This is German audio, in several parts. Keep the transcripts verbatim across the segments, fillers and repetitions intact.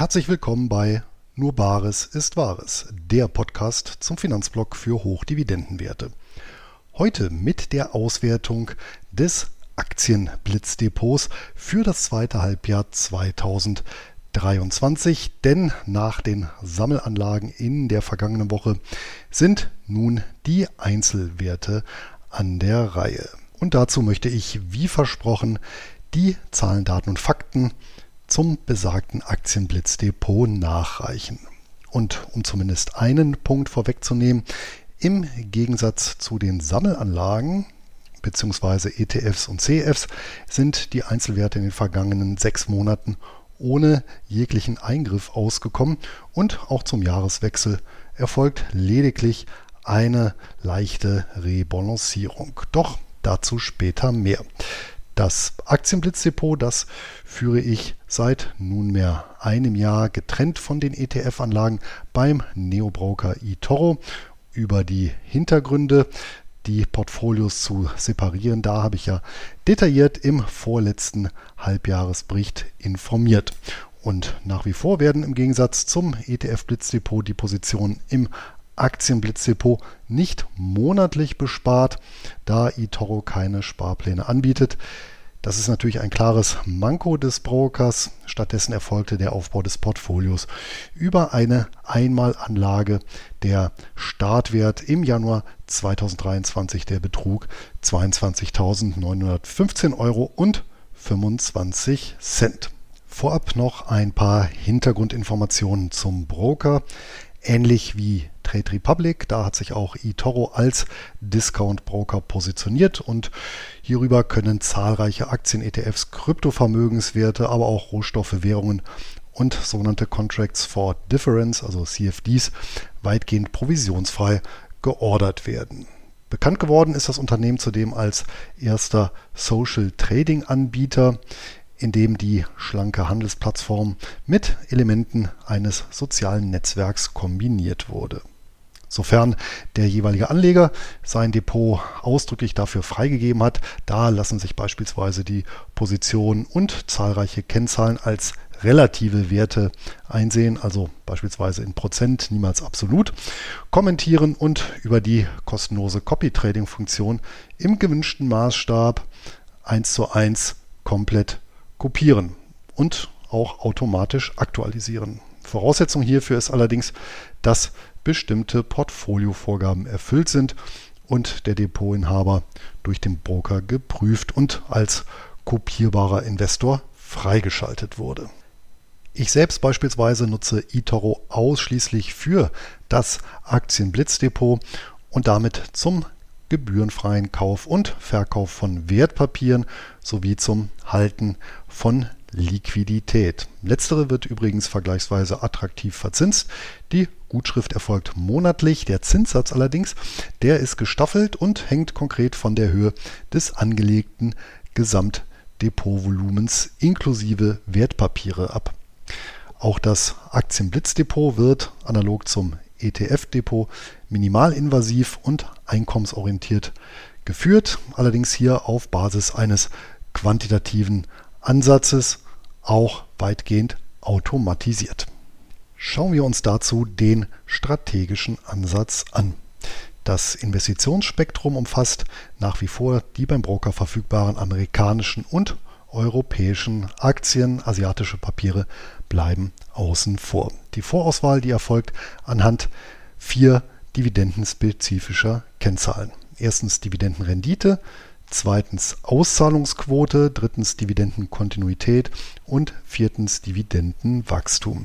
Herzlich willkommen bei Nur Bares ist Wahres, der Podcast zum Finanzblock für Hochdividendenwerte. Heute mit der Auswertung des Aktienblitzdepots für das zweite Halbjahr zweitausenddreiundzwanzig, denn nach den Sammelanlagen in der vergangenen Woche sind nun die Einzelwerte an der Reihe. Und dazu möchte ich, wie versprochen, die Zahlen, Daten und Fakten zum besagten Aktienblitzdepot nachreichen. Und um zumindest einen Punkt vorwegzunehmen, im Gegensatz zu den Sammelanlagen bzw. E T Fs und C Fs sind die Einzelwerte in den vergangenen sechs Monaten ohne jeglichen Eingriff ausgekommen und auch zum Jahreswechsel erfolgt lediglich eine leichte Rebalancierung. Doch dazu später mehr. Das Aktienblitzdepot, das führe ich seit nunmehr einem Jahr getrennt von den E T F-Anlagen beim Neobroker eToro. Über die Hintergründe, die Portfolios zu separieren, da habe ich ja detailliert im vorletzten Halbjahresbericht informiert. Und nach wie vor werden im Gegensatz zum E T F-Blitzdepot die Positionen im Aktienblitzdepot nicht monatlich bespart, da eToro keine Sparpläne anbietet. Das ist natürlich ein klares Manko des Brokers. Stattdessen erfolgte der Aufbau des Portfolios über eine Einmalanlage. Der Startwert im Januar zweitausenddreiundzwanzig, der betrug zweiundzwanzigtausendneunhundertfünfzehn Euro und fünfundzwanzig Cent. Vorab noch ein paar Hintergrundinformationen zum Broker. Ähnlich wie Trade Republic, da hat sich auch eToro als Discount-Broker positioniert und hierüber können zahlreiche Aktien-E T Fs, Kryptovermögenswerte, aber auch Rohstoffe, Währungen und sogenannte Contracts for Difference, also C F Ds, weitgehend provisionsfrei geordert werden. Bekannt geworden ist das Unternehmen zudem als erster Social-Trading-Anbieter, in dem die schlanke Handelsplattform mit Elementen eines sozialen Netzwerks kombiniert wurde. Sofern der jeweilige Anleger sein Depot ausdrücklich dafür freigegeben hat, da lassen sich beispielsweise die Positionen und zahlreiche Kennzahlen als relative Werte einsehen, also beispielsweise in Prozent, niemals absolut, kommentieren und über die kostenlose Copy-Trading-Funktion im gewünschten Maßstab eins zu eins komplett kopieren und auch automatisch aktualisieren. Voraussetzung hierfür ist allerdings, dass bestimmte Portfoliovorgaben erfüllt sind und der Depotinhaber durch den Broker geprüft und als kopierbarer Investor freigeschaltet wurde. Ich selbst beispielsweise nutze eToro ausschließlich für das Aktienblitzdepot und damit zum gebührenfreien Kauf und Verkauf von Wertpapieren sowie zum Halten von Liquidität. Letztere wird übrigens vergleichsweise attraktiv verzinst. Die Gutschrift erfolgt monatlich. Der Zinssatz allerdings, der ist gestaffelt und hängt konkret von der Höhe des angelegten Gesamtdepotvolumens inklusive Wertpapiere ab. Auch das Aktienblitzdepot wird analog zum E T F-Depot minimalinvasiv und einkommensorientiert geführt, allerdings hier auf Basis eines quantitativen Ansatzes, auch weitgehend automatisiert. Schauen wir uns dazu den strategischen Ansatz an. Das Investitionsspektrum umfasst nach wie vor die beim Broker verfügbaren amerikanischen und europäischen Aktien. Asiatische Papiere bleiben außen vor. Die Vorauswahl, die erfolgt anhand vier dividendenspezifischer Kennzahlen. Erstens Dividendenrendite, zweitens Auszahlungsquote, drittens Dividendenkontinuität und viertens Dividendenwachstum.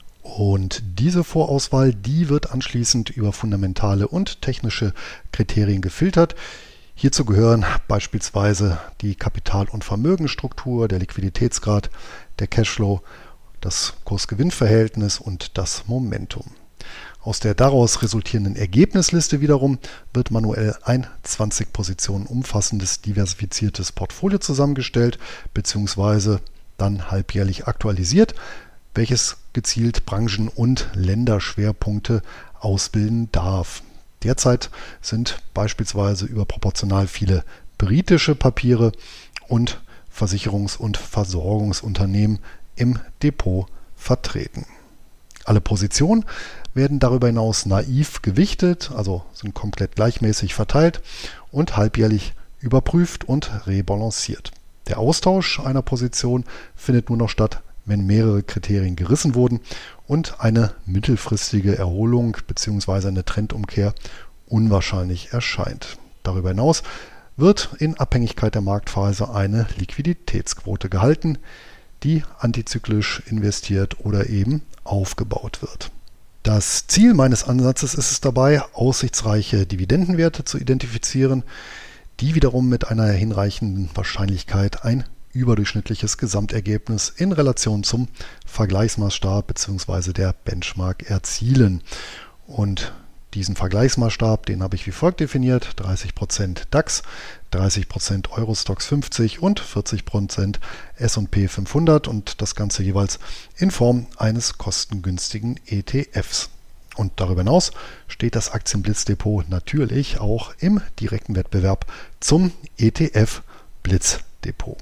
Und diese Vorauswahl, die wird anschließend über fundamentale und technische Kriterien gefiltert. Hierzu gehören beispielsweise die Kapital- und Vermögensstruktur, der Liquiditätsgrad, der Cashflow, das Kurs-Gewinn-Verhältnis und das Momentum. Aus der daraus resultierenden Ergebnisliste wiederum wird manuell ein zwanzig Positionen umfassendes, diversifiziertes Portfolio zusammengestellt bzw. dann halbjährlich aktualisiert, welches gezielt Branchen- und Länderschwerpunkte ausbilden darf. Derzeit sind beispielsweise überproportional viele britische Papiere und Versicherungs- und Versorgungsunternehmen im Depot vertreten. Alle Positionen werden darüber hinaus naiv gewichtet, also sind komplett gleichmäßig verteilt und halbjährlich überprüft und rebalanciert. Der Austausch einer Position findet nur noch statt, wenn mehrere Kriterien gerissen wurden und eine mittelfristige Erholung bzw. eine Trendumkehr unwahrscheinlich erscheint. Darüber hinaus wird in Abhängigkeit der Marktphase eine Liquiditätsquote gehalten, die antizyklisch investiert oder eben aufgebaut wird. Das Ziel meines Ansatzes ist es dabei, aussichtsreiche Dividendenwerte zu identifizieren, die wiederum mit einer hinreichenden Wahrscheinlichkeit ein überdurchschnittliches Gesamtergebnis in Relation zum Vergleichsmaßstab bzw. der Benchmark erzielen. Und diesen Vergleichsmaßstab, den habe ich wie folgt definiert: dreißig Prozent DAX, dreißig Prozent Eurostoxx fünfzig und vierzig Prozent S und P fünfhundert und das Ganze jeweils in Form eines kostengünstigen E T Fs. Und darüber hinaus steht das Aktienblitzdepot natürlich auch im direkten Wettbewerb zum E T F-Blitzdepot.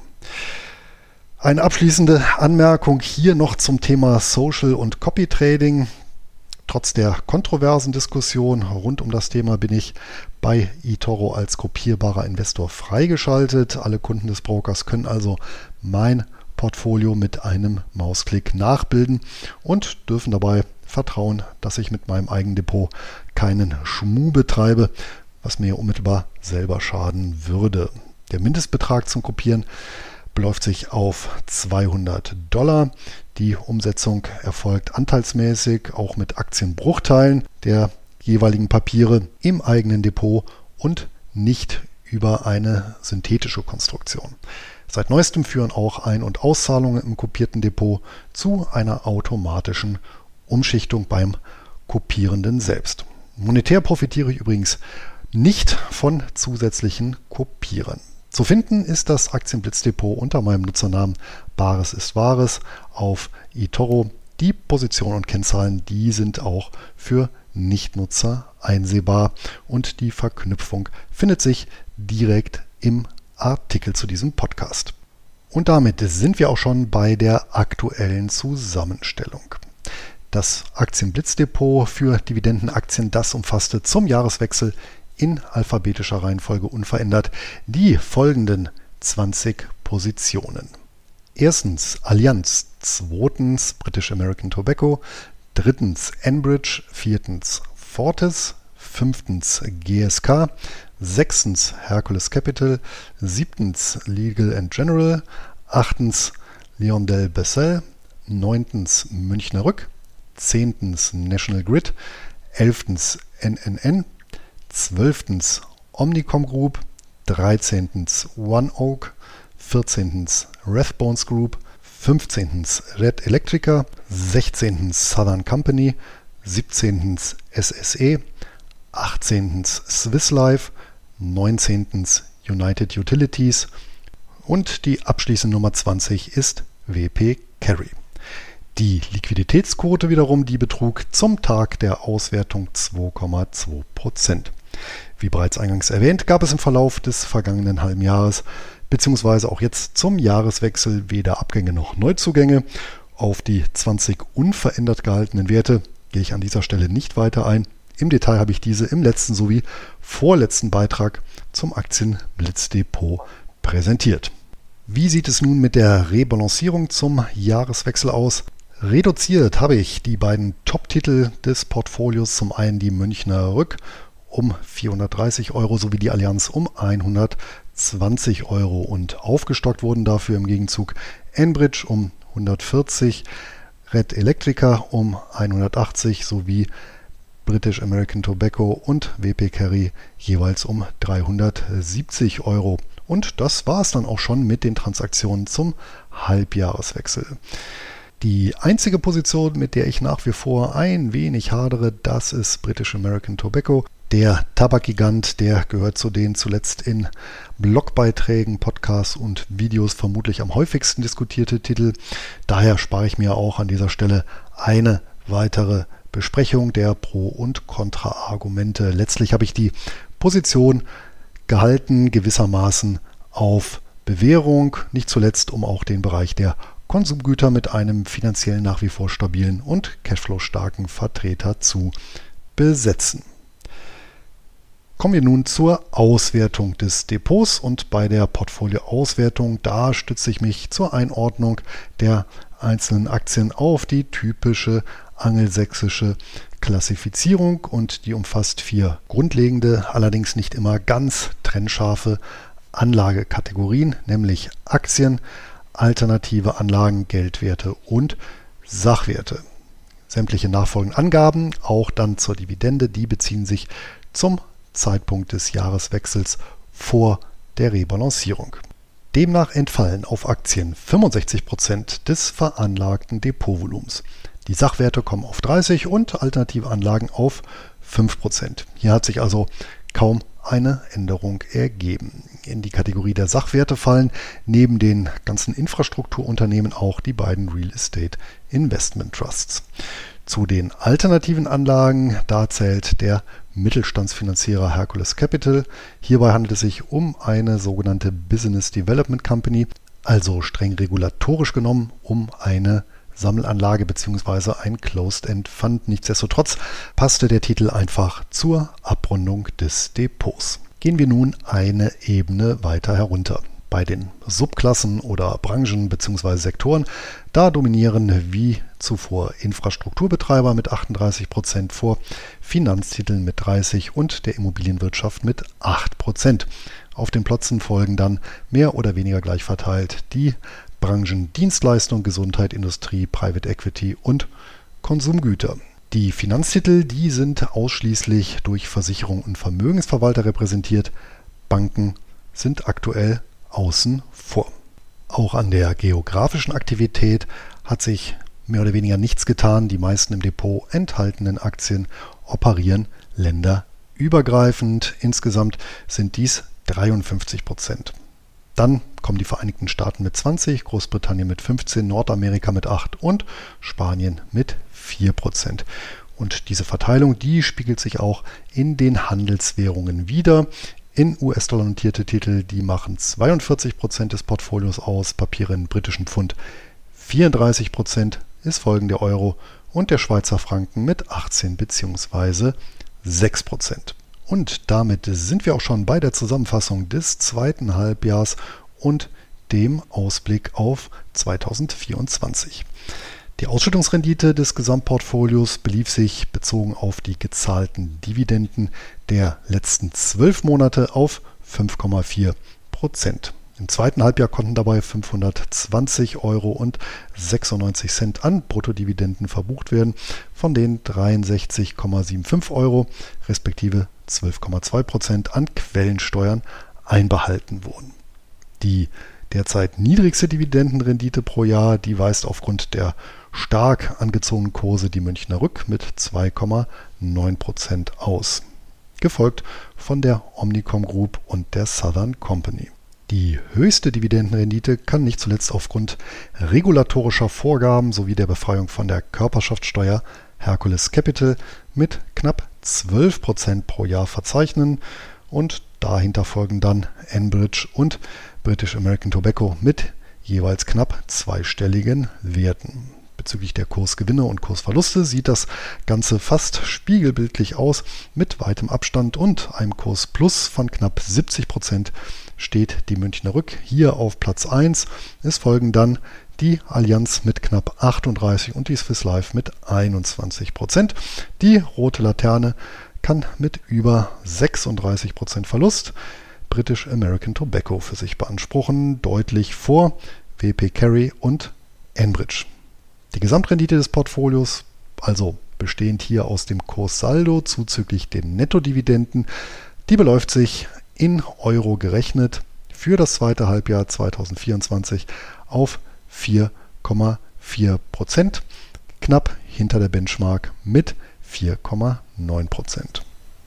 Eine abschließende Anmerkung hier noch zum Thema Social und Copy Trading. Trotz der kontroversen Diskussion rund um das Thema bin ich bei eToro als kopierbarer Investor freigeschaltet. Alle Kunden des Brokers können also mein Portfolio mit einem Mausklick nachbilden und dürfen dabei vertrauen, dass ich mit meinem eigenen Depot keinen Schmuh betreibe, was mir unmittelbar selber schaden würde. Der Mindestbetrag zum Kopieren beläuft sich auf zweihundert Dollar. Die Umsetzung erfolgt anteilsmäßig, auch mit Aktienbruchteilen der jeweiligen Papiere im eigenen Depot und nicht über eine synthetische Konstruktion. Seit neuestem führen auch Ein- und Auszahlungen im kopierten Depot zu einer automatischen Umschichtung beim Kopierenden selbst. Monetär profitiere ich übrigens nicht von zusätzlichen Kopieren. Zu finden ist das Aktienblitzdepot unter meinem Nutzernamen Bares ist Wahres auf eToro. Die Positionen und Kennzahlen, die sind auch für Nichtnutzer einsehbar und die Verknüpfung findet sich direkt im Artikel zu diesem Podcast. Und damit sind wir auch schon bei der aktuellen Zusammenstellung. Das Aktienblitzdepot für Dividendenaktien, das umfasste zum Jahreswechsel in alphabetischer Reihenfolge unverändert die folgenden zwanzig Positionen. Erstens Allianz, zweitens British American Tobacco, drittens Enbridge, viertens Fortis, fünftens G S K, sechstens Hercules Capital, siebtens Legal and General, achtens LyondellBasell, neuntens Münchner Rück, zehntens National Grid, elftens N N N, zwölftens Omnicom Group, dreizehntens OneOak, vierzehntens Rathbones Group, fünfzehntens Red Electrica, sechzehntens Southern Company, siebzehntens S S E, achtzehntens Swiss Life, neunzehntens United Utilities und die abschließende Nummer zwanzig ist W P Carry. Die Liquiditätsquote wiederum, die betrug zum Tag der Auswertung zwei Komma zwei Prozent. Wie bereits eingangs erwähnt, gab es im Verlauf des vergangenen halben Jahres bzw. auch jetzt zum Jahreswechsel weder Abgänge noch Neuzugänge. Auf die zwanzig unverändert gehaltenen Werte gehe ich an dieser Stelle nicht weiter ein. Im Detail habe ich diese im letzten sowie vorletzten Beitrag zum Aktienblitzdepot präsentiert. Wie sieht es nun mit der Rebalancierung zum Jahreswechsel aus? Reduziert habe ich die beiden Top-Titel des Portfolios, zum einen die Münchner Rück um vierhundertdreißig Euro sowie die Allianz um hundertzwanzig Euro und aufgestockt wurden dafür im Gegenzug Enbridge um hundertvierzig, Red Electrica um hundertachtzig sowie British American Tobacco und W P Carry jeweils um dreihundertsiebzig Euro. Und das war es dann auch schon mit den Transaktionen zum Halbjahreswechsel. Die einzige Position, mit der ich nach wie vor ein wenig hadere, das ist British American Tobacco. Der Tabakgigant, der gehört zu den zuletzt in Blogbeiträgen, Podcasts und Videos vermutlich am häufigsten diskutierte Titel. Daher spare ich mir auch an dieser Stelle eine weitere Besprechung der Pro- und Kontra-Argumente. Letztlich habe ich die Position gehalten, gewissermaßen auf Bewährung, nicht zuletzt um auch den Bereich der Konsumgüter mit einem finanziell nach wie vor stabilen und cashflow-starken Vertreter zu besetzen. Kommen wir nun zur Auswertung des Depots und bei der Portfolioauswertung, da stütze ich mich zur Einordnung der einzelnen Aktien auf die typische angelsächsische Klassifizierung und die umfasst vier grundlegende, allerdings nicht immer ganz trennscharfe Anlagekategorien, nämlich Aktien, alternative Anlagen, Geldwerte und Sachwerte. Sämtliche nachfolgenden Angaben, auch dann zur Dividende, die beziehen sich zum Zeitpunkt des Jahreswechsels vor der Rebalancierung. Demnach entfallen auf Aktien fünfundsechzig Prozent des veranlagten Depotvolumens. Die Sachwerte kommen auf dreißig und alternative Anlagen auf fünf Prozent. Hier hat sich also kaum eine Änderung ergeben. In die Kategorie der Sachwerte fallen neben den ganzen Infrastrukturunternehmen auch die beiden Real Estate Investment Trusts. Zu den alternativen Anlagen, da zählt der Mittelstandsfinanzierer Hercules Capital. Hierbei handelt es sich um eine sogenannte Business Development Company, also streng regulatorisch genommen um eine Sammelanlage bzw. ein Closed-End Fund. Nichtsdestotrotz passte der Titel einfach zur Abrundung des Depots. Gehen wir nun eine Ebene weiter herunter. Bei den Subklassen oder Branchen bzw. Sektoren, da dominieren wie zuvor Infrastrukturbetreiber mit achtunddreißig Prozent vor, Finanztiteln mit dreißig Prozent und der Immobilienwirtschaft mit acht Prozent. Auf den Plätzen folgen dann mehr oder weniger gleich verteilt die Branchen Dienstleistung, Gesundheit, Industrie, Private Equity und Konsumgüter. Die Finanztitel, die sind ausschließlich durch Versicherung und Vermögensverwalter repräsentiert. Banken sind aktuell außen vor. Auch an der geografischen Aktivität hat sich mehr oder weniger nichts getan. Die meisten im Depot enthaltenen Aktien operieren länderübergreifend. Insgesamt sind dies dreiundfünfzig Prozent. Dann kommen die Vereinigten Staaten mit zwanzig, Großbritannien mit fünfzehn, Nordamerika mit acht und Spanien mit vier Prozent. Und diese Verteilung, die spiegelt sich auch in den Handelswährungen wider. In U S-Dollar notierte Titel, die machen zweiundvierzig Prozent des Portfolios aus, Papiere in britischen Pfund vierunddreißig Prozent, ist folgend der Euro und der Schweizer Franken mit achtzehn bzw. sechs Prozent. Und damit sind wir auch schon bei der Zusammenfassung des zweiten Halbjahrs und dem Ausblick auf zweitausendvierundzwanzig. Die Ausschüttungsrendite des Gesamtportfolios belief sich bezogen auf die gezahlten Dividenden der letzten zwölf Monate auf fünf Komma vier Prozent. Im zweiten Halbjahr konnten dabei fünfhundertzwanzig Euro und sechsundneunzig Cent an Bruttodividenden verbucht werden, von denen dreiundsechzig Komma fünfundsiebzig Euro respektive zwölf Komma zwei Prozent an Quellensteuern einbehalten wurden. Die derzeit niedrigste Dividendenrendite pro Jahr, die weist aufgrund der stark angezogenen Kurse die Münchner Rück mit zwei Komma neun Prozent aus, gefolgt von der Omnicom Group und der Southern Company. Die höchste Dividendenrendite kann nicht zuletzt aufgrund regulatorischer Vorgaben sowie der Befreiung von der Körperschaftssteuer Hercules Capital mit knapp zwölf Prozent pro Jahr verzeichnen und dahinter folgen dann Enbridge und British American Tobacco mit jeweils knapp zweistelligen Werten. Bezüglich der Kursgewinne und Kursverluste sieht das Ganze fast spiegelbildlich aus. Mit weitem Abstand und einem Kursplus von knapp siebzig Prozent steht die Münchner Rück hier auf Platz eins. Es folgen dann die Allianz mit knapp achtunddreißig und die Swiss Life mit einundzwanzig Prozent. Die rote Laterne kann mit über sechsunddreißig Prozent Verlust British American Tobacco für sich beanspruchen, deutlich vor W P Carey und Enbridge. Die Gesamtrendite des Portfolios, also bestehend hier aus dem Kurssaldo zuzüglich den Nettodividenden, die beläuft sich in Euro gerechnet für das zweite Halbjahr zweitausendvierundzwanzig auf vier Komma vier Prozent, knapp hinter der Benchmark mit vier Komma neun Prozent.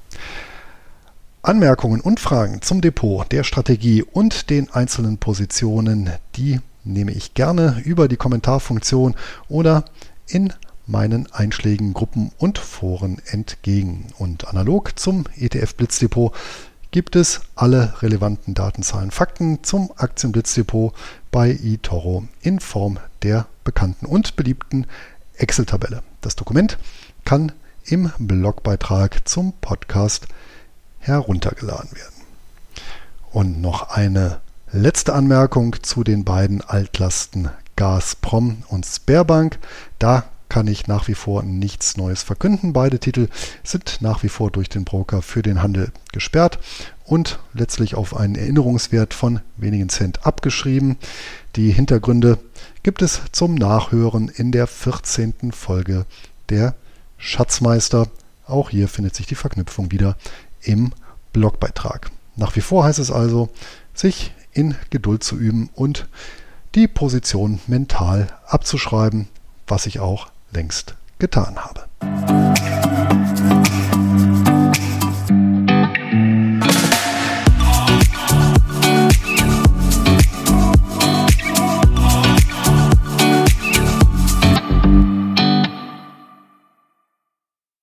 Anmerkungen und Fragen zum Depot, der Strategie und den einzelnen Positionen, die nehme ich gerne über die Kommentarfunktion oder in meinen einschlägigen Gruppen und Foren entgegen. Und analog zum E T F-Blitzdepot gibt es alle relevanten Datenzahlen, Fakten zum Aktienblitzdepot bei eToro in Form der bekannten und beliebten Excel-Tabelle. Das Dokument kann im Blogbeitrag zum Podcast heruntergeladen werden. Und noch eine letzte Anmerkung zu den beiden Altlasten Gazprom und Sberbank. Da kann ich nach wie vor nichts Neues verkünden. Beide Titel sind nach wie vor durch den Broker für den Handel gesperrt und letztlich auf einen Erinnerungswert von wenigen Cent abgeschrieben. Die Hintergründe gibt es zum Nachhören in der vierzehnten Folge der Schatzmeister. Auch hier findet sich die Verknüpfung wieder im Blogbeitrag. Nach wie vor heißt es also, sich in Geduld zu üben und die Position mental abzuschreiben, was ich auch längst getan habe.